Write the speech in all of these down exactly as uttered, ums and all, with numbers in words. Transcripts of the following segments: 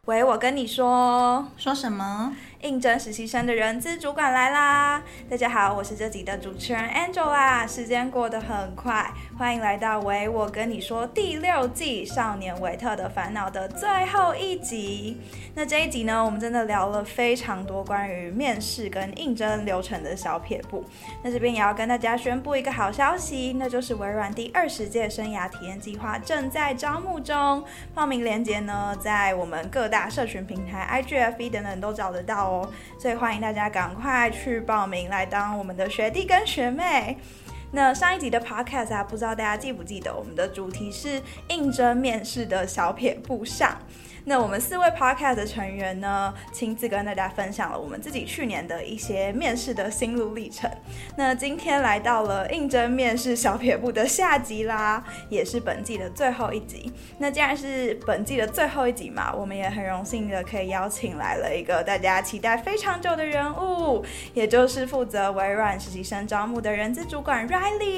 喂，我跟你说， 说什么？ 应征实习生的人资主管来啦！大家好，我是这集的主持人 Angela。时间过得很快，欢迎来到喂，我跟你说第六季少年维特的烦恼的最后一集。那这一集呢，我们真的聊了非常多关于面试跟应征流程的小撇步。那这边也要跟大家宣布一个好消息，那就是微软第二十届生涯体验计划正在招募中，报名链接呢在我们各大社群平台 I G F B 等等都找得到哦。所以欢迎大家赶快去报名，来当我们的学弟跟学妹。那上一集的 podcast 啊，不知道大家记不记得，我们的主题是应征面试的小撇步上。那我们四位 podcast 的成员呢，亲自跟大家分享了我们自己去年的一些面试的心路历程。那今天来到了应征面试小撇步的下集啦，也是本季的最后一集。那既然是本季的最后一集嘛，我们也很荣幸的可以邀请来了一个大家期待非常久的人物，也就是负责微软实习生招募的人资主管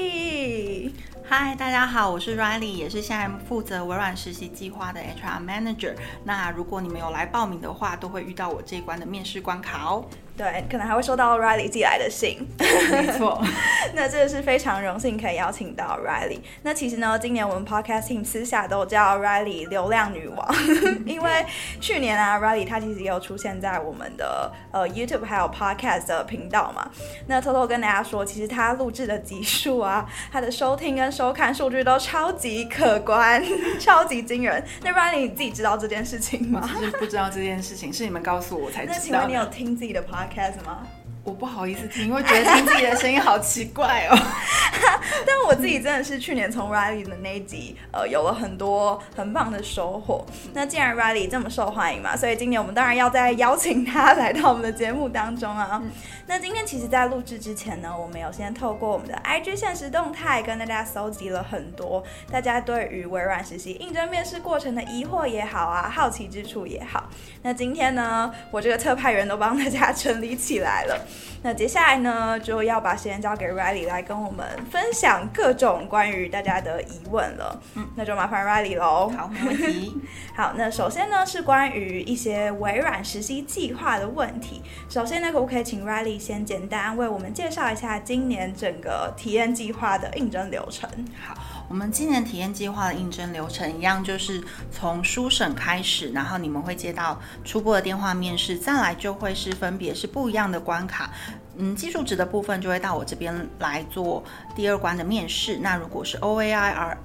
Riley。 嗨，大家好，我是 Riley， 也是现在负责微软实习计划的 H R Manager。那如果你们有来报名的话，都会遇到我这一关的面试关卡哦。 对，可能还会收到 Riley 寄来的信。 没错。 那真的是非常荣幸可以邀请到 Riley。那其实呢，今年我们 Podcast Team 私下都叫 Riley 流量女王，因为去年啊 Riley 她其实也有出现在我们的呃 YouTube 还有 Podcast 的频道嘛。那偷偷跟大家说，其实她录制的集数啊，她的收听跟收看数据都超级可观，超级惊人。那 Riley 你自己知道这件事情吗？ 我其实不知道这件事情，是你们告诉我才知道。 那请问你有听自己的 Podcast 吗？ 我不好意思听，因为觉得听自己的声音好奇怪哦。 但我自己真的是去年从 Riley 的那一集，呃，有了很多很棒的收获。那既然 Riley 这么受欢迎嘛，所以今年我们当然要再邀请他来到我们的节目当中啊。嗯、那今天其实，在录制之前呢，我们有先透过我们的 I G 限时动态跟大家搜集了很多大家对于微软实习应征面试过程的疑惑也好啊，好奇之处也好。那今天呢，我这个特派员都帮大家整理起来了。那接下来呢，就要把时间交给 Riley 来跟我们分享各种关于大家的疑问了。嗯，那就麻烦 Riley 咯。 好，没问题。 好，那首先呢是关于一些微软实习计划的问题。首先呢，可不可以请 Riley 先简单为我们介绍一下今年整个体验计划的应征流程？ 好。我们今年体验计划的应征流程一样，就是从初审开始，然后你们会接到初步的电话面试，再来就会是分别是不一样的关卡。嗯，技术值的部分就会到我这边来做第二关的面试。那如果是 O A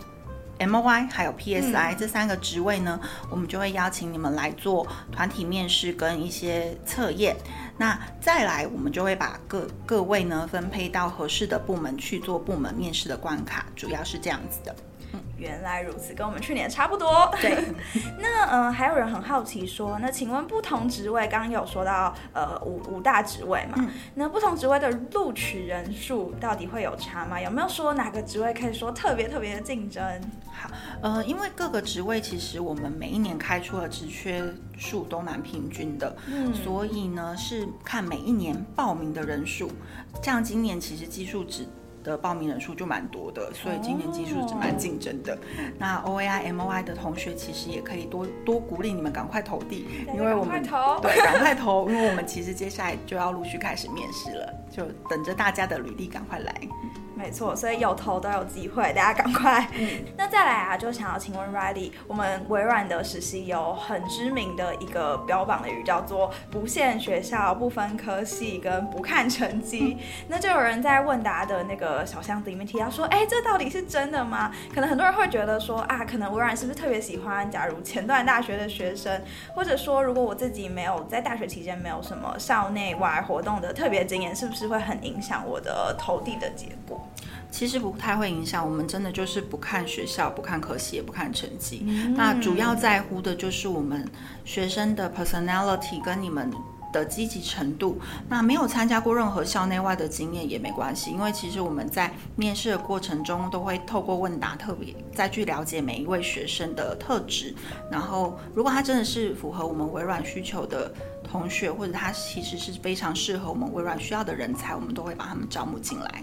I、M O I 还有 P S I、嗯、这三个职位呢，我们就会邀请你们来做团体面试跟一些测验。那再来，我们就会把各各位呢分配到合适的部门去做部门面试的关卡，主要是这样子的。 嗯，原来如此，跟我们去年差不多。 对， 那呃，还有人很好奇说，那请问不同职位，刚刚有说到呃五五大职位嘛、嗯？那不同职位的录取人数到底会有差吗？有没有说哪个职位可以说特别特别的竞争？ 好，呃，因为各个职位其实我们每一年开出的职缺数都蛮平均的，嗯，所以呢是看每一年报名的人数，像今年其实技术职的报名人数就蛮多的，所以今年技术值蛮竞争的。Oh. 那 O A I、M O I 的同学其实也可以多多鼓励你们赶快投递，因为我们对赶快投，因为我们其实接下来就要陆续开始面试了，就等着大家的履历赶快来。 没错，所以有投都有机会，大家赶快。嗯，那再来啊，就想要请问 Riley， 我们微软的实习有很知名的一个标榜的语叫做不限学校、不分科系跟不看成绩。嗯、那就有人在问答的那个小箱子里面提到说，哎，这到底是真的吗？可能很多人会觉得说啊，可能微软是不是特别喜欢假如前段大学的学生，或者说如果我自己没有在大学期间没有什么校内外活动的特别经验，是不是会很影响我的投递的结果？ 其实不太会影响，我们真的就是不看学校，不看科系，也不看成绩。嗯、那主要在乎的就是我们学生的 personality 跟你们的积极程度。那没有参加过任何校内外的经验也没关系，因为其实我们在面试的过程中都会透过问答特别再去了解每一位学生的特质，然后如果他真的是符合我们微软需求的同学，或者他其实是非常适合我们微软需要的人才，我们都会把他们招募进来。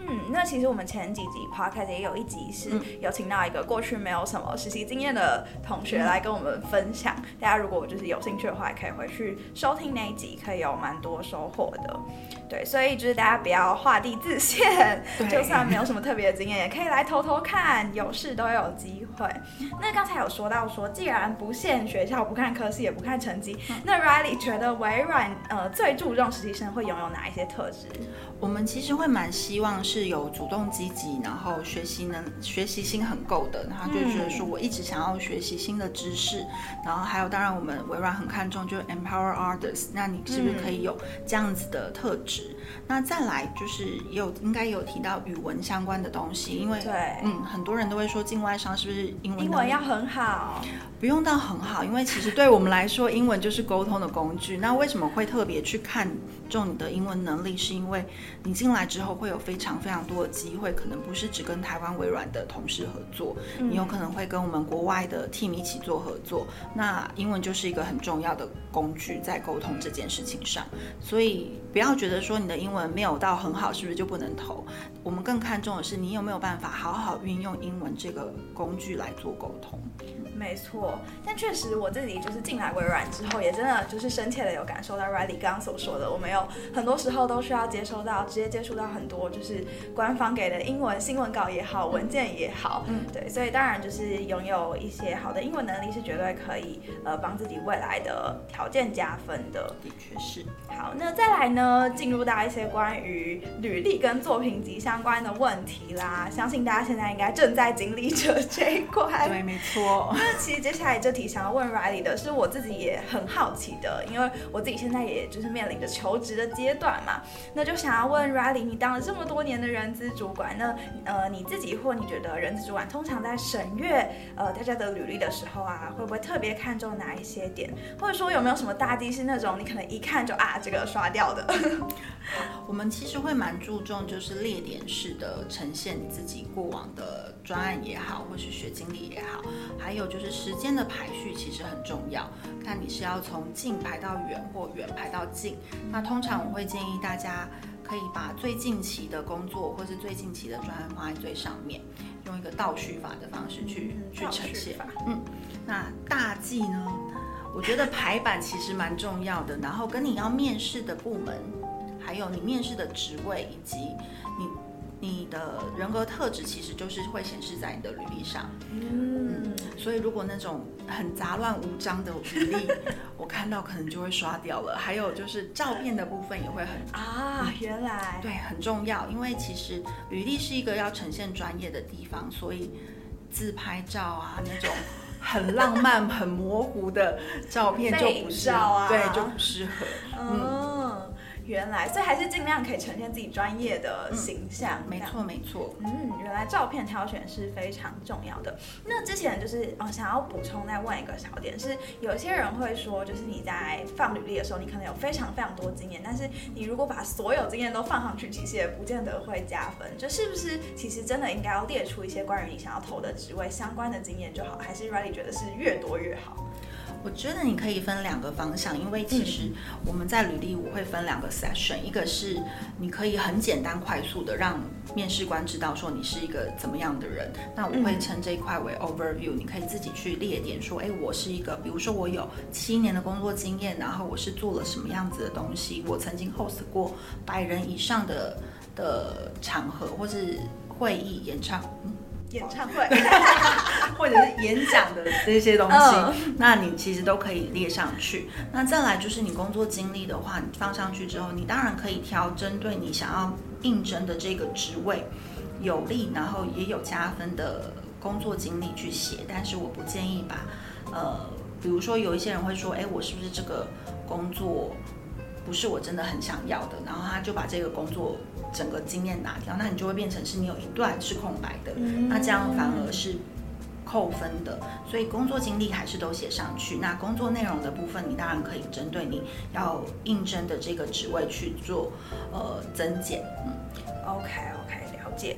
嗯，那其实我们前几集 podcast 也有一集是有请到一个过去没有什么实习经验的同学来跟我们分享，嗯、大家如果就是有兴趣的话，也可以回去收听那一集，可以有蛮多收获的。对，所以就是大家不要画地自限，就算没有什么特别的经验，也可以来偷偷看，有事都有机会。那刚才有说到说，既然不限学校，不看科系，也不看成绩，嗯、那 Riley 觉得微软呃最注重实习生会拥有哪一些特质？ 我们其实会蛮希望是有主动积极，然后学习能学习心很够的，然后就觉得说我一直想要学习新的知识，嗯、然后还有当然我们微软很看重就是 empower others， 那你是不是可以有这样子的特质？嗯、那再来就是也有应该有提到语文相关的东西，因为对， 嗯，很多人都会说境外商是不是英文英文要很好？ 不用到很好，因为其实对我们来说，英文就是沟通的工具。那为什么会特别去看重你的英文能力？是因为你进来之后会有非常非常多的机会，可能不是只跟台湾微软的同事合作，嗯、你有可能会跟我们国外的 team 一起做合作。那英文就是一个很重要的工具，在沟通这件事情上。所以不要觉得说你的英文没有到很好，是不是就不能投？我们更看重的是你有没有办法好好运用英文这个工具来做沟通。 没错，但确实我自己就是进来微软之后，也真的就是深切的有感受到 Riley 刚刚所说的，我们有很多时候都需要接收到，直接接触到很多就是官方给的英文新闻稿也好，文件也好，嗯，对，所以当然就是拥有一些好的英文能力是绝对可以呃帮自己未来的条件加分的。 的确是。 好，那再来呢，进入到一些关于履历跟作品集相关的问题啦，相信大家现在应该正在经历着这一块。 对，没错。 那其实接下来这题想要问 Riley 的是我自己也很好奇的，因为我自己现在也就是面临着求职的阶段嘛，那就想要问 Riley， 你当了这么多年的人资主管，那呃你自己或你觉得人资主管通常在审阅呃大家的履历的时候啊，会不会特别看重哪一些点，或者说有没有什么大忌是那种你可能一看就啊这个刷掉的？ 我们其实会蛮注重就是列点式的呈现你自己过往的专案也好，或是学经历也好，还有就是时间的排序其实很重要，看你是要从近排到远或远排到近。那通常我会建议大家可以把最近期的工作或是最近期的专案放在最上面，用一个倒叙法的方式去、嗯、去呈现。嗯，那大忌呢？我觉得排版其实蛮重要的，然后跟你要面试的部门，还有你面试的职位，以及你你的人格特质，其实就是会显示在你的履历上。嗯，嗯所以如果那种很杂乱无章的履历，我看到可能就会刷掉了。还有就是照片的部分也会很啊，原来对很重要，因为其实履历是一个要呈现专业的地方，所以自拍照啊那种。很浪漫、很模糊的照片就不适合，啊、对，就不适合。 嗯，嗯原来，所以还是尽量可以呈现自己专业的形象。 嗯、没错，没错。 嗯，原来照片挑选是非常重要的。那之前就是呃，想要补充再问一个小点是，有些人会说，就是你在放履历的时候，你可能有非常非常多经验，但是你如果把所有经验都放上去，其实也不见得会加分。就是不是其实真的应该要列出一些关于你想要投的职位相关的经验就好，还是 Riley 觉得是越多越好？ 我觉得你可以分两个方向，因为其实我们在履历我会分两个 section， 一个是你可以很简单快速的让面试官知道说你是一个怎么样的人，那我会称这一块为 overview， 你可以自己去列点说，哎，我是一个，比如说我有七年的工作经验，然后我是做了什么样子的东西，我曾经 host 过百人以上的的场合或是会议、演唱。嗯演唱会或者是演讲的这些东西、嗯、那你其实都可以列上去。那再来就是你工作经历的话，你放上去之后，你当然可以挑针对你想要应征的这个职位有利然后也有加分的工作经历去写，但是我不建议把呃，比如说有一些人会说，哎，我是不是这个工作不是我真的很想要的，然后他就把这个工作整个经验拿掉，那你就会变成是你有一段是空白的、嗯、那这样反而是扣分的。所以工作经历还是都写上去，那工作内容的部分你当然可以针对你要应征的这个职位去做呃增减。嗯 OK OK 了解。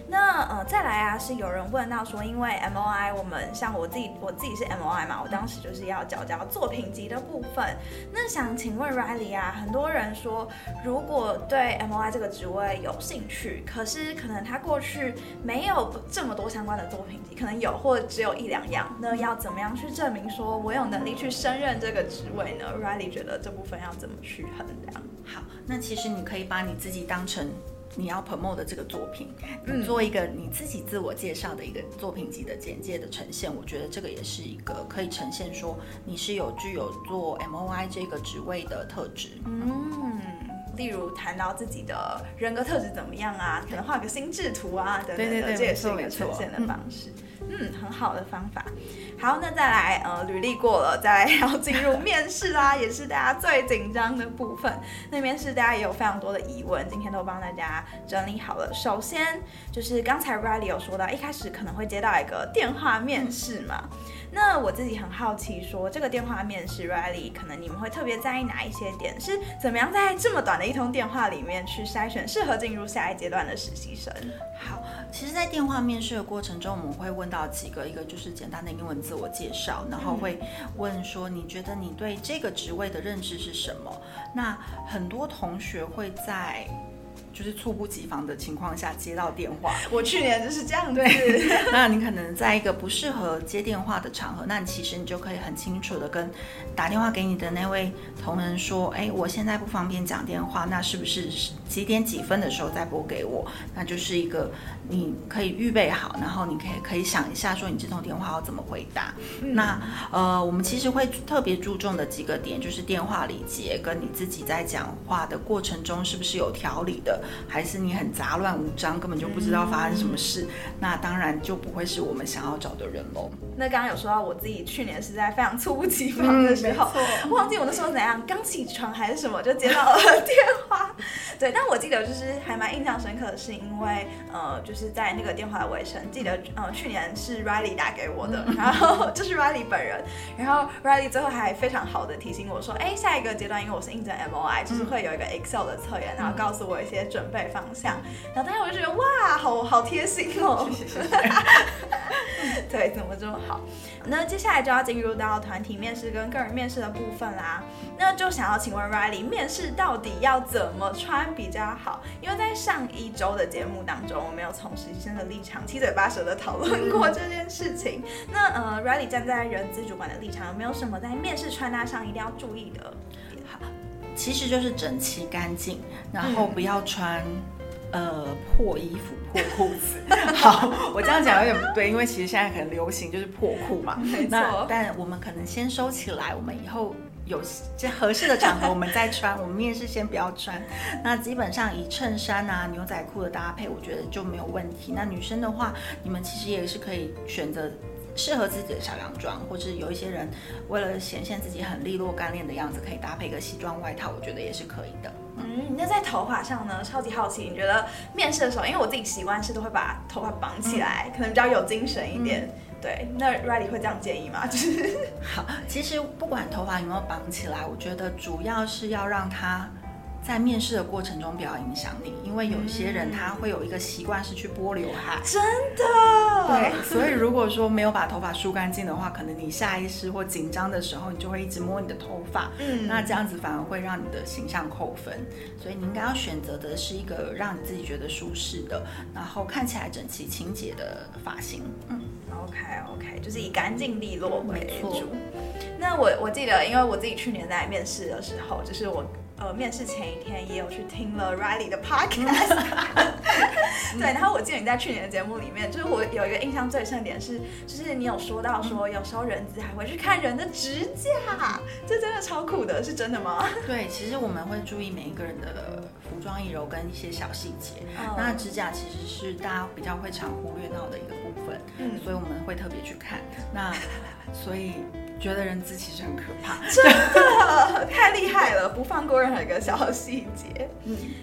那呃，再来啊，是有人问到说，因为 M O I， 我们像我自己，我自己是 M O I 嘛，我当时就是要教教作品集的部分。那想请问 Riley 啊，很多人说，如果对 M O I 这个职位有兴趣，可是可能他过去没有这么多相关的作品集，可能有或者只有一两样，那要怎么样去证明说我有能力去胜任这个职位呢 ？Riley 觉得这部分要怎么去衡量？ 好，那其实你可以把你自己当成你要 promote 的这个作品，你做一个你自己自我介绍的一个作品集的简介的呈现，我觉得这个也是一个可以呈现说你是有具有做 M O I 这个职位的特质。 嗯，例如谈到自己的人格特质怎么样啊，可能画个心智图啊等等的， 对对对， 这也是一个呈现的方式。嗯，很好的方法。好，那再来，呃，履历过了，再来要进入面试啦，也是大家最紧张的部分。那面试大家也有非常多的疑问，今天都帮大家整理好了。首先就是刚才 Riley 有说到，一开始可能会接到一个电话面试嘛。那我自己很好奇说，这个电话面试 Riley 可能你们会特别在意哪一些点？是怎么样在这么短的一通电话里面去筛选适合进入下一阶段的实习生？ 好，其实在电话面试的过程中，我们会问到几个，一个就是简单的英文自我介绍，然后会问说你觉得你对这个职位的认知是什么？那很多同学会在就是猝不及防的情况下接到电话， 我去年就是这样子。 对，那你可能在一个不适合接电话的场合，那其实你就可以很清楚的跟打电话给你的那位同仁说，哎，我现在不方便讲电话，那是不是几点几分的时候再拨给我？那就是一个你可以预备好，然后你可以可以想一下说你这通电话要怎么回答。嗯、那呃，我们其实会特别注重的几个点，就是电话礼节跟你自己在讲话的过程中是不是有条理的。还是你很杂乱无章，根本就不知道发生什么事，嗯、那当然就不会是我们想要找的人喽。 那刚刚有说到我自己去年是在非常猝不及防的时候，嗯、忘记我那时候怎样，刚起床还是什么就接到了电话。对，但我记得就是还蛮印象深刻的是，因为呃就是在那个电话的尾声，记得呃去年是 Riley 打给我的，嗯、然后就是 Riley 本人，然后 Riley 最后还非常好的提醒我说，哎，下一个阶段因为我是应征 M O I， 就是会有一个 Excel 的测验，然后告诉我一些准备方向，然后当时我就觉得哇，好好贴心哦。谢谢谢谢。对，怎么这么好？那接下来就要进入到团体面试跟个人面试的部分啦。那就想要请问 Riley， 面试到底要怎么穿比较好？因为在上一周的节目当中，我们有从实习生的立场七嘴八舌的讨论过这件事情。那呃 ，Riley 站在人资主管的立场，有没有什么在面试穿搭上一定要注意的？ 好，其实就是整齐干净，然后不要穿。嗯呃，破衣服、破裤子。好，我这样讲有点不对，因为其实现在很流行就是破裤嘛。 没错。但我们可能先收起来，我们以后有这合适的场合我们再穿。我们面试先不要穿。那基本上以衬衫啊、牛仔裤的搭配，我觉得就没有问题。那女生的话，你们其实也是可以选择适合自己的小洋装，或者有一些人为了显现自己很利落干练的样子，可以搭配一个西装外套，我觉得也是可以的。 嗯，那在头发上呢？超级好奇，你觉得面试的时候，因为我自己习惯是都会把头发绑起来，嗯、可能比较有精神一点。嗯、对，那 Riley 会这样建议吗？就是好，其实不管头发有没有绑起来，我觉得主要是要让它在面试的过程中不要影响你，因为有些人他会有一个习惯是去拨刘海， 真的， 对，所以如果说没有把头发梳干净的话，可能你下意识或紧张的时候，你就会一直摸你的头发，嗯，那这样子反而会让你的形象扣分，所以你应该要选择的是一个让你自己觉得舒适的，然后看起来整齐清洁的发型，嗯 ，OK OK， 就是以干净利落为主。那我我记得，因为我自己去年在面试的时候，就是我。呃，面试前一天也有去听了 Riley 的 podcast， 对，然后我记得你在去年的节目里面，就是我有一个印象最深的点是，就是你有说到说有时候人资还会去看人的指甲，这真的超酷的，是真的吗？ 对，其实我们会注意每一个人的服装仪容跟一些小细节，嗯、那指甲其实是大家比较会常忽略到的一个部分，嗯，所以我们会特别去看，那所以。觉得人资其实很可怕， 真的太厉害了，不放过任何一个小细节。嗯，那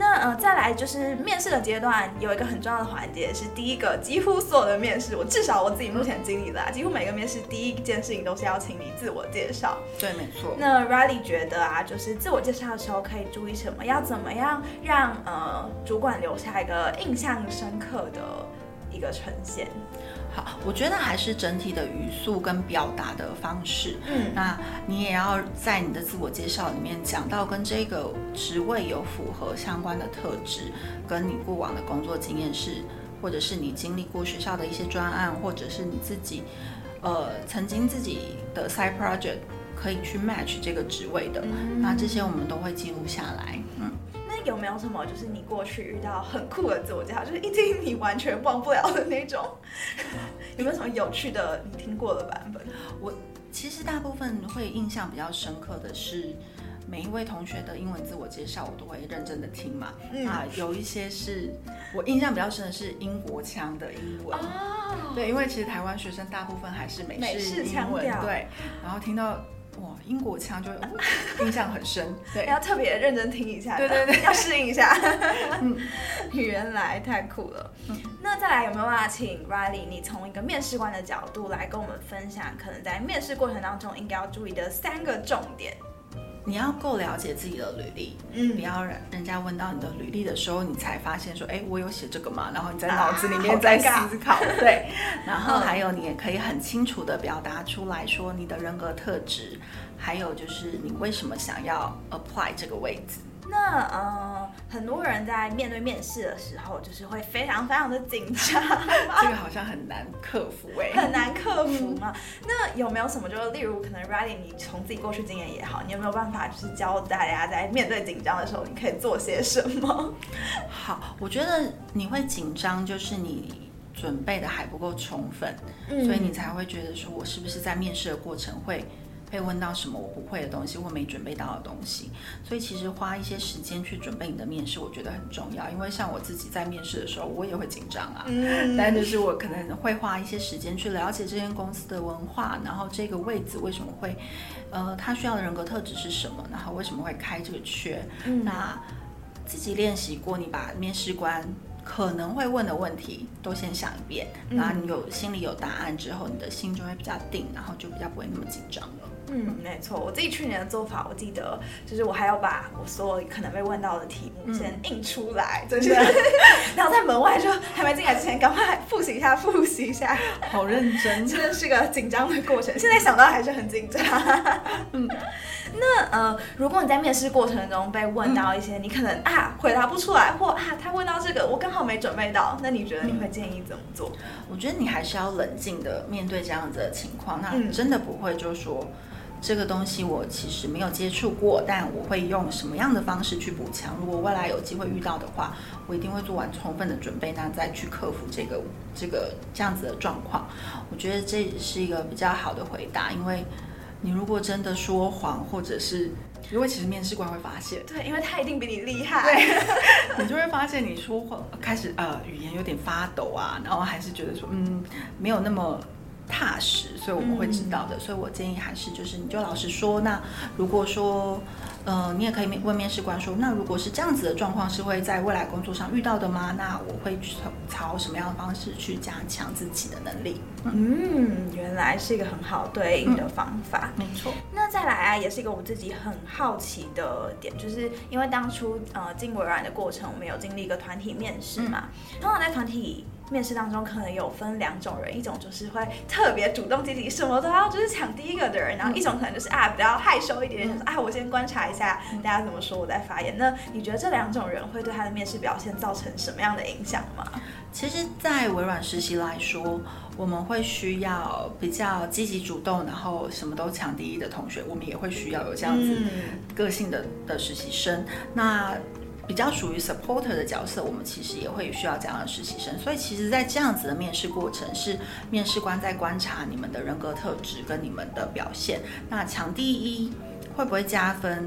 那呃，再来就是面试的阶段，有一个很重要的环节是第一个，几乎所有的面试，我至少我自己目前经历的啊，几乎每个面试第一件事情都是要请你自我介绍。 对，没错。 那 Riley 觉得啊，就是自我介绍的时候可以注意什么？要怎么样让呃主管留下一个印象深刻的一个呈现？ 好，我觉得还是整体的语速跟表达的方式。嗯，那你也要在你的自我介绍里面讲到跟这个职位有符合相关的特质，跟你过往的工作经验是，或者是你经历过学校的一些专案，或者是你自己呃曾经自己的 side project 可以去 match 这个职位的。嗯，那这些我们都会记录下来。嗯。 有没有什么就是你过去遇到很酷的自我介绍，就是一听你完全忘不了的那种？有没有什么有趣的你听过的版本？ 我其实大部分会印象比较深刻的是每一位同学的英文自我介绍，我都会认真的听嘛。嗯、啊，有一些是我印象比较深的是英国腔的英文。哦，对，因为其实台湾学生大部分还是美式英文，对，然后听到。哇，英国腔就印象很深，对， 要特别认真听一下， 对对对， 要适应一下。嗯，原来太酷了。嗯，那再来有没有办法请 Riley 你从一个面试官的角度来跟我们分享，可能在面试过程当中应该要注意的三个重点？ 你要够了解自己的履历，嗯，不要人家问到你的履历的时候，你才发现说，哎，我有写这个吗？然后你在脑子里面在思考，啊、对。然后还有，你也可以很清楚的表达出来说你的人格特质，还有就是你为什么想要 apply 这个位置。 那呃，很多人在面对面试的时候，就是会非常非常的紧张， 这个好像很难克服哎、 欸，很难克服嘛。那有没有什么，就是例如可能 Riley 你从自己过去经验也好，你有没有办法就是教大家在面对紧张的时候，你可以做些什么？ 好，我觉得你会紧张，就是你准备的还不够充分，嗯、所以你才会觉得说我是不是在面试的过程会。被问到什么我不会的东西或没准备到的东西，所以其实花一些时间去准备你的面试，我觉得很重要。因为像我自己在面试的时候，我也会紧张啊，嗯、但就是我可能会花一些时间去了解这间公司的文化，然后这个位置为什么会，呃，他需要的人格特质是什么，然后为什么会开这个缺，嗯、那自己练习过，你把面试官可能会问的问题都先想一遍，嗯、然后你有心里有答案之后，你的心就会比较定，然后就比较不会那么紧张了。 嗯，没错，我自己去年的做法，我记得就是我还要把我所有可能被问到的题目先印出来，真的，然后在门外就还没进来之前，赶快复习一下，复习一下， 好认真， 真的是个紧张的过程。现在想到还是很紧张。嗯，那呃，如果你在面试过程中被问到一些你可能啊回答不出来，或啊他问到这个我刚好没准备到，那你觉得你会建议怎么做？ 我觉得你还是要冷静的面对这样子的情况，那真的不会就说。这个东西我其实没有接触过，但我会用什么样的方式去补强？如果未来有机会遇到的话，我一定会做完充分的准备，那再去克服这个这个这样子的状况。我觉得这是一个比较好的回答，因为你如果真的说谎，或者是因为其实面试官会发现， 对，因为他一定比你厉害， 对，你就会发现你说谎开始呃语言有点发抖啊，然后还是觉得说嗯没有那么。踏实，所以我们会知道的。嗯、所以我建议还是就是你就老实说。那如果说，呃，你也可以问面试官说，那如果是这样子的状况，是会在未来工作上遇到的吗？那我会朝什么样的方式去加强自己的能力？ 嗯，原来是一个很好对应的方法。 嗯、没错。 那再来啊，也是一个我自己很好奇的点，就是因为当初呃进微软的过程，我们有经历一个团体面试嘛，嗯、通常在团体。面试当中可能有分两种人，一种就是会特别主动积极，什么都要就是抢第一个的人，然后一种可能就是啊比较害羞一点点，想说啊我先观察一下大家怎么说，我再发言。那你觉得这两种人会对他的面试表现造成什么样的影响吗？ 其实，在微软实习来说，我们会需要比较积极主动，然后什么都抢第一的同学，我们也会需要有这样子个性的的实习生。那比较属于 supporter 的角色，我们其实也会需要这样的实习生。所以其实在这样子的面试过程，是面试官在观察你们的人格特质跟你们的表现。那抢第一会不会加分？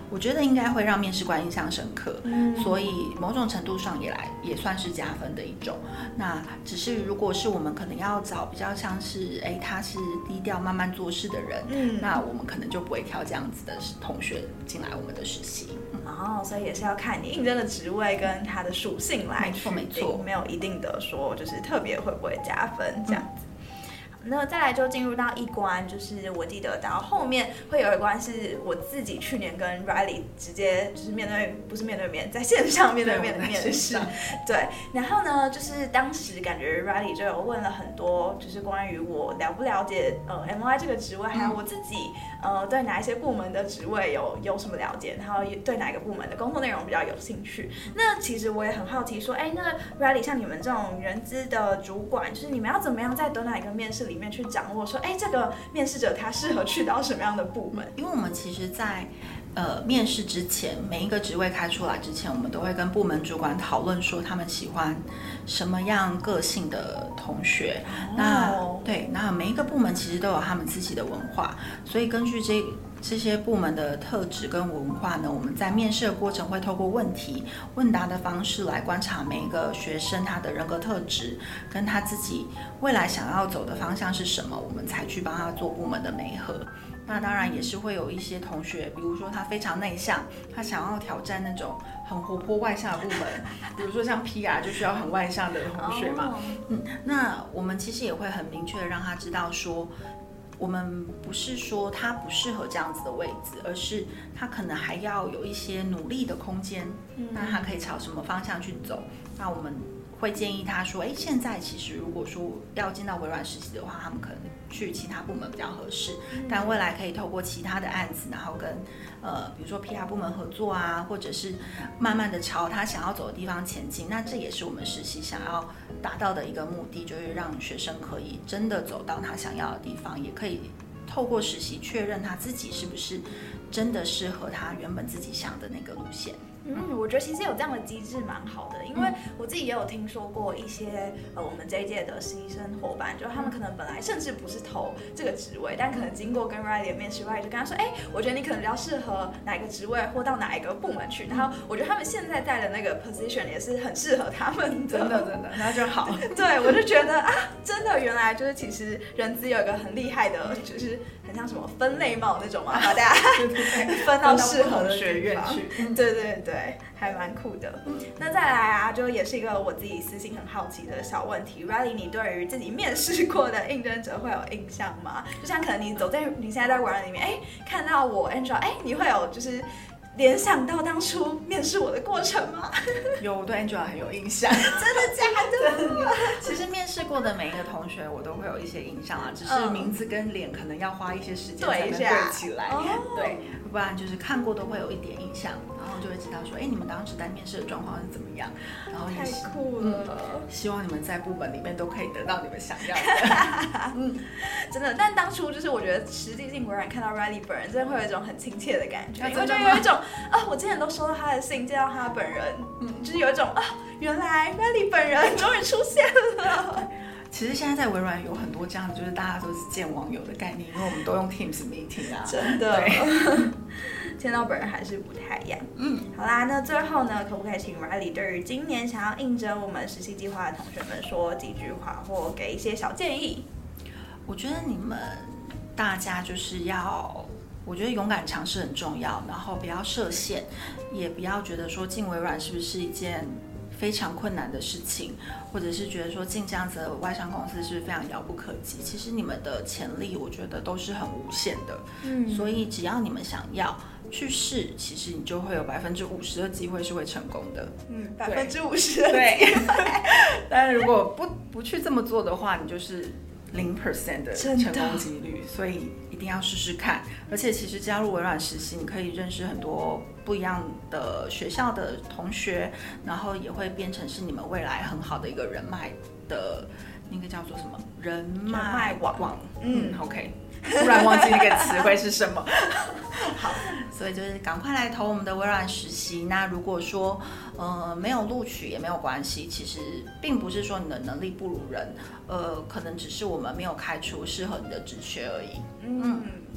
我觉得应该会让面试官印象深刻， 嗯， 所以某种程度上也来也算是加分的一种。那只是如果是我们可能要找比较像是，哎，他是低调慢慢做事的人， 嗯， 那我们可能就不会挑这样子的同学进来我们的实习。 哦，所以也是要看你应征的职位跟它的属性来决定， 没错没错， 没有一定的说就是特别会不会加分这样子。嗯，那再来就进入到一关，就是我记得到后面会有一关是我自己去年跟 Riley 直接就是面对，不是面对面，在线上面对面的面试，对。然后呢，就是当时感觉 Riley 就有问了很多，就是关于我了不了解呃 M Y 这个职位，还有我自己呃对哪一些部门的职位有有什么了解，然后对哪个部门的工作内容比较有兴趣。那其实我也很好奇说，哎，那 Riley 像你们这种人资的主管，就是你们要怎么样在短短一个面试里里面去掌握说，哎，这个面试者他适合去到什么样的部门？ 因为我们其实在呃面试之前，每一个职位开出来之前，我们都会跟部门主管讨论说他们喜欢什么样个性的同学。哦、那对，那每一个部门其实都有他们自己的文化，所以根据这这些部门的特质跟文化呢，我们在面试的过程会透过问题问答的方式来观察每一个学生他的人格特质跟他自己未来想要走的方向是什么，我们才去帮他做部门的媒合。那当然也是会有一些同学，比如说他非常内向，他想要挑战那种很活泼外向的部门，比如说像 P R 就需要很外向的同学嘛。嗯，那我们其实也会很明确的让他知道说，我们不是说他不适合这样子的位置，而是他可能还要有一些努力的空间，嗯、那他可以朝什么方向去走？那我们会建议他说，哎，现在其实如果说要进到微软实习的话，他们可能去其他部门比较合适，嗯、但未来可以透过其他的案子，然后跟呃比如说 P R 部门合作啊，或者是慢慢的朝他想要走的地方前进。那这也是我们实习想要达到的一个目的，就是让学生可以真的走到他想要的地方，也可以透过实习确认他自己是不是真的适合他原本自己想的那个路线。 嗯，我觉得其实有这样的机制蛮好的，因为我自己也有听说过一些呃我们这一届的实习生伙伴，就他们可能本来甚至不是投这个职位，但可能经过跟 Riley 的面试 ，Riley 就跟他说，哎，我觉得你可能比较适合哪一个职位或到哪一个部门去，然后我觉得他们现在在的那个 position 也是很适合他们的， 真的真的，那就好。 对，我就觉得啊，真的原来就是其实人资有一个很厉害的，就是很像什么分类帽那种嘛，把大家分到适合的学院去。对对对。对，还蛮酷的。那再来啊，就也是一个我自己私心很好奇的小问题 ，Riley， 你对于自己面试过的应征者会有印象吗？就像可能你走在你现在在微软里面，哎，看到我 Angela， 哎，你会有就是联想到当初面试我的过程吗？ 有，我对 Angela 很有印象。 真的假的？ 其实面试过的每一个同学，我都会有一些印象啊，只是名字跟脸可能要花一些时间才能对起来。对，不然就是看过都会有一点印象，然后就会知道说，哎，你们当时在面试的状况是怎么样？然后也太酷了、 嗯，希望你们在部门里面都可以得到你们想要的。嗯， 真的。但当初就是我觉得实际进微软看到 Riley 本人，真的会有一种很亲切的感觉，因为就有一种啊，我之前都收到他的信，见到他本人，嗯，就是有一种啊，原来 Riley 本人终于出现了。 其实现在在微软有很多这样，就是大家都是见网友的概念，因为我们都用 Teams meeting 啊。 真的，见到本人还是不太一样。嗯，好啦，那最后呢，可不可以请 Riley 对于今年想要应征我们实习计划的同学们说几句话，或给一些小建议？ 我觉得你们大家就是要，我觉得勇敢尝试很重要，然后不要设限，也不要觉得说进微软是不是一件非常困难的事情，或者是觉得说进这样子的外商公司是非常遥不可及。其实你们的潜力，我觉得都是很无限的。嗯，所以只要你们想要去试，其实你就会有百分之五十的机会是会成功的。 嗯，百分之五十。 对。但是如果不不去这么做的话，你就是零 percent 的成功几率。所以一定要试试看。而且其实加入微软实习，你可以认识很多不一样的学校的同学，然后也会变成是你们未来很好的一个人脉的那个叫做什么人脉网。嗯 ，OK， 突然忘记那个词汇是什么。好，所以就是赶快来投我们的微软实习。那如果说呃没有录取也没有关系，其实并不是说你的能力不如人，呃，可能只是我们没有开出适合你的职缺而已。嗯。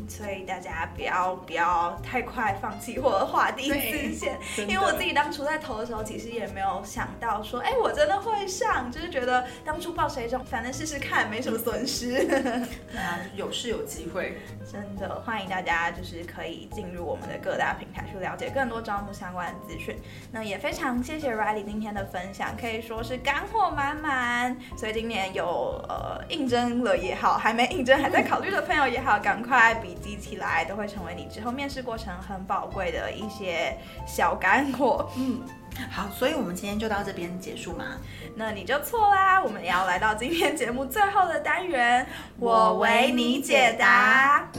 所以大家不要不要太快放弃或者画地自限，因为我自己当初在投的时候，其实也没有想到说，哎，我真的会上，就是觉得当初抱谁中，反正试试看，没什么损失。 对啊，有是有机会， 真的欢迎大家，就是可以进入我们的各大平台去了解更多招募相关的资讯。那也非常谢谢 Riley 今天的分享，可以说是干货满满。所以今年有呃应征了也好，还没应征还在考虑的朋友也好，赶快笔记起来，都会成为你之后面试过程很宝贵的一些小干货。 嗯。好，所以我们今天就到这边结束嘛？ 那你就错啦！我们也要来到今天节目最后的单元，我为你解答。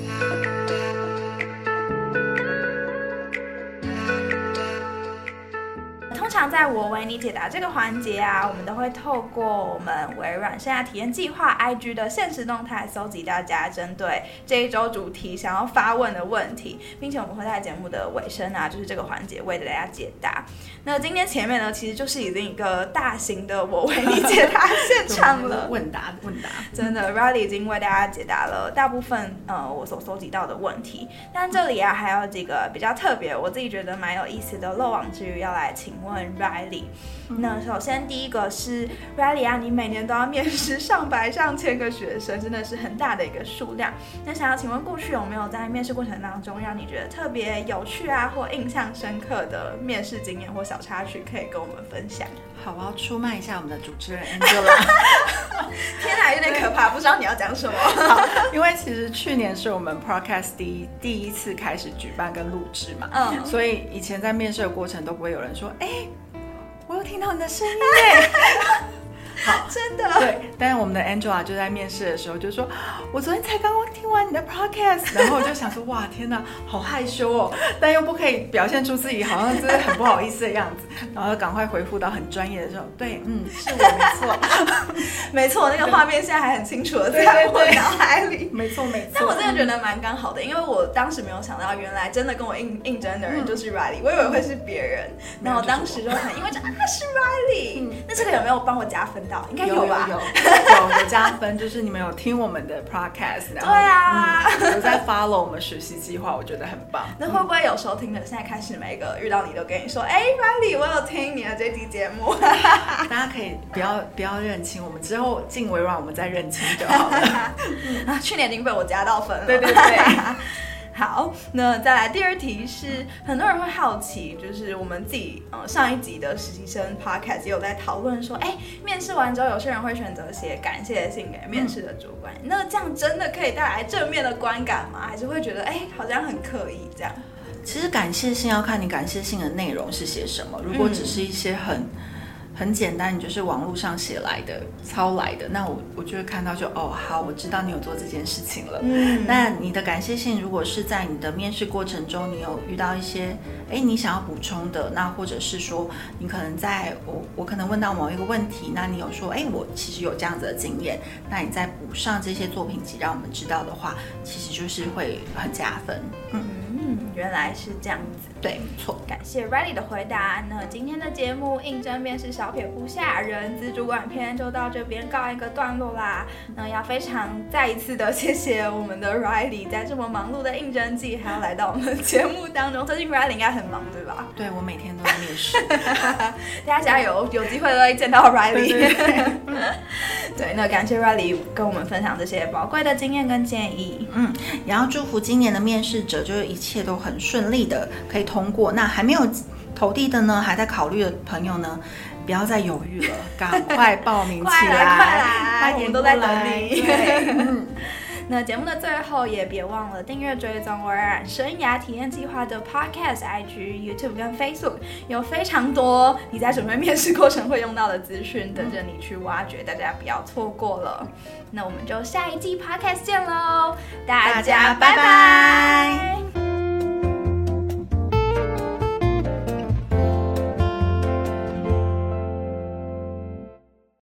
通常在我为你解答这个环节啊，我们都会透过我们微软生涯体验计划 I G 的限时动态，搜集大家针对这一周主题想要发问的问题，并且我们会在节目的尾声啊，就是这个环节为大家解答。那今天前面呢，其实就是已经一个大型的我为你解答现场了， 问答问答， 真的 Riley 已经为大家解答了大部分呃我所搜集到的问题，但这里啊还有几个比较特别，我自己觉得蛮有意思的漏网之鱼要来请问 Riley。那首先第一个是 Riley 啊，你每年都要面试上百上千个学生，真的是很大的一个数量。那想要请问过去有没有在面试过程当中让你觉得特别有趣啊或印象深刻的面试经验或小插曲可以跟我们分享？ 好，我要出卖一下我们的主持人 Angela。 天哪，有点可怕，不知道你要讲什么。 好，因为其实去年是我们 Podcast 第一第一次开始举办跟录制嘛，嗯，所以以前在面试的过程都不会有人说，哎、欸，我有听到你的声音耶。好， 真的对，但是我们的 Angela 就在面试的时候就说，我昨天才刚刚听完你的 podcast， 然后我就想说，哇，天哪，好害羞哦，但又不可以表现出自己好像真的很不好意思的样子，然后赶快回复到很专业的时候，对，嗯，是我没错， 没错，那个画面现在还很清楚的在我脑海里， 没错没错。 但我真的觉得蛮刚好的，因为我当时没有想到，原来真的跟我应应征的人就是 Riley，、嗯、我以为会是别人，然后我当时就很因为这啊是 Riley，、嗯、那这个有没有帮我加分到？应该有吧， 有有 有, 有, 有加分，就是你们有听我们的 podcast， 然后对啊、 嗯，有在 follow 我们学习计划，我觉得很棒。 那会不会有收听的，现在开始每个遇到你都跟你说，哎 ，Riley， 我有听你的这期节目。 大家可以不要不要认清，我们之后进微软我们再认清就好了。 啊，去年已经被我加到分了。 对对对。 好，那再来第二题是，很多人会好奇，就是我们自己呃上一集的实习生 podcast 也有在讨论说，哎，面试完之后，有些人会选择写感谢信给面试的主管，嗯、那这样真的可以带来正面的观感吗？还是会觉得，哎，好像很刻意这样？ 其实感谢信要看你感谢信的内容是写什么，如果只是一些很。嗯很简单，你就是网络上写来的、抄来的，那我我就会看到就哦，好，我知道你有做这件事情了。嗯，那你的感谢信如果是在你的面试过程中，你有遇到一些，哎，你想要补充的，那或者是说，你可能在我我可能问到某一个问题，那你有说，哎，我其实有这样子的经验，那你再补上这些作品集，让我们知道的话，其实就是会很加分。嗯嗯，原来是这样子。 对，没错。 感谢 Riley 的回答。那今天的节目应征面试小撇步下人资主管篇就到这边告一个段落啦。那要非常再一次的谢谢我们的 Riley 在这么忙碌的应征季还要来到我们的节目当中。最近 Riley 应该很忙对吧？ 对，我每天都在面试。 大家加油，有机会都会见到 Riley。对, 对, 对, 对，那感谢 Riley 跟我们分享这些宝贵的经验跟建议。 嗯，也要祝福今年的面试者，就是一切都很顺利的可以通过。那还没有投递的呢，还在考虑的朋友呢，不要再犹豫了，赶快报名起来， 快来快来，我们都在等你。 嗯， 那节目的最后也别忘了订阅追踪微软生涯体验计划的 Podcast、I G、YouTube 跟 Facebook， 有非常多你在准备面试过程会用到的资讯等着你去挖掘，大家不要错过了。那我们就下一季 Podcast 见喽，大家拜拜。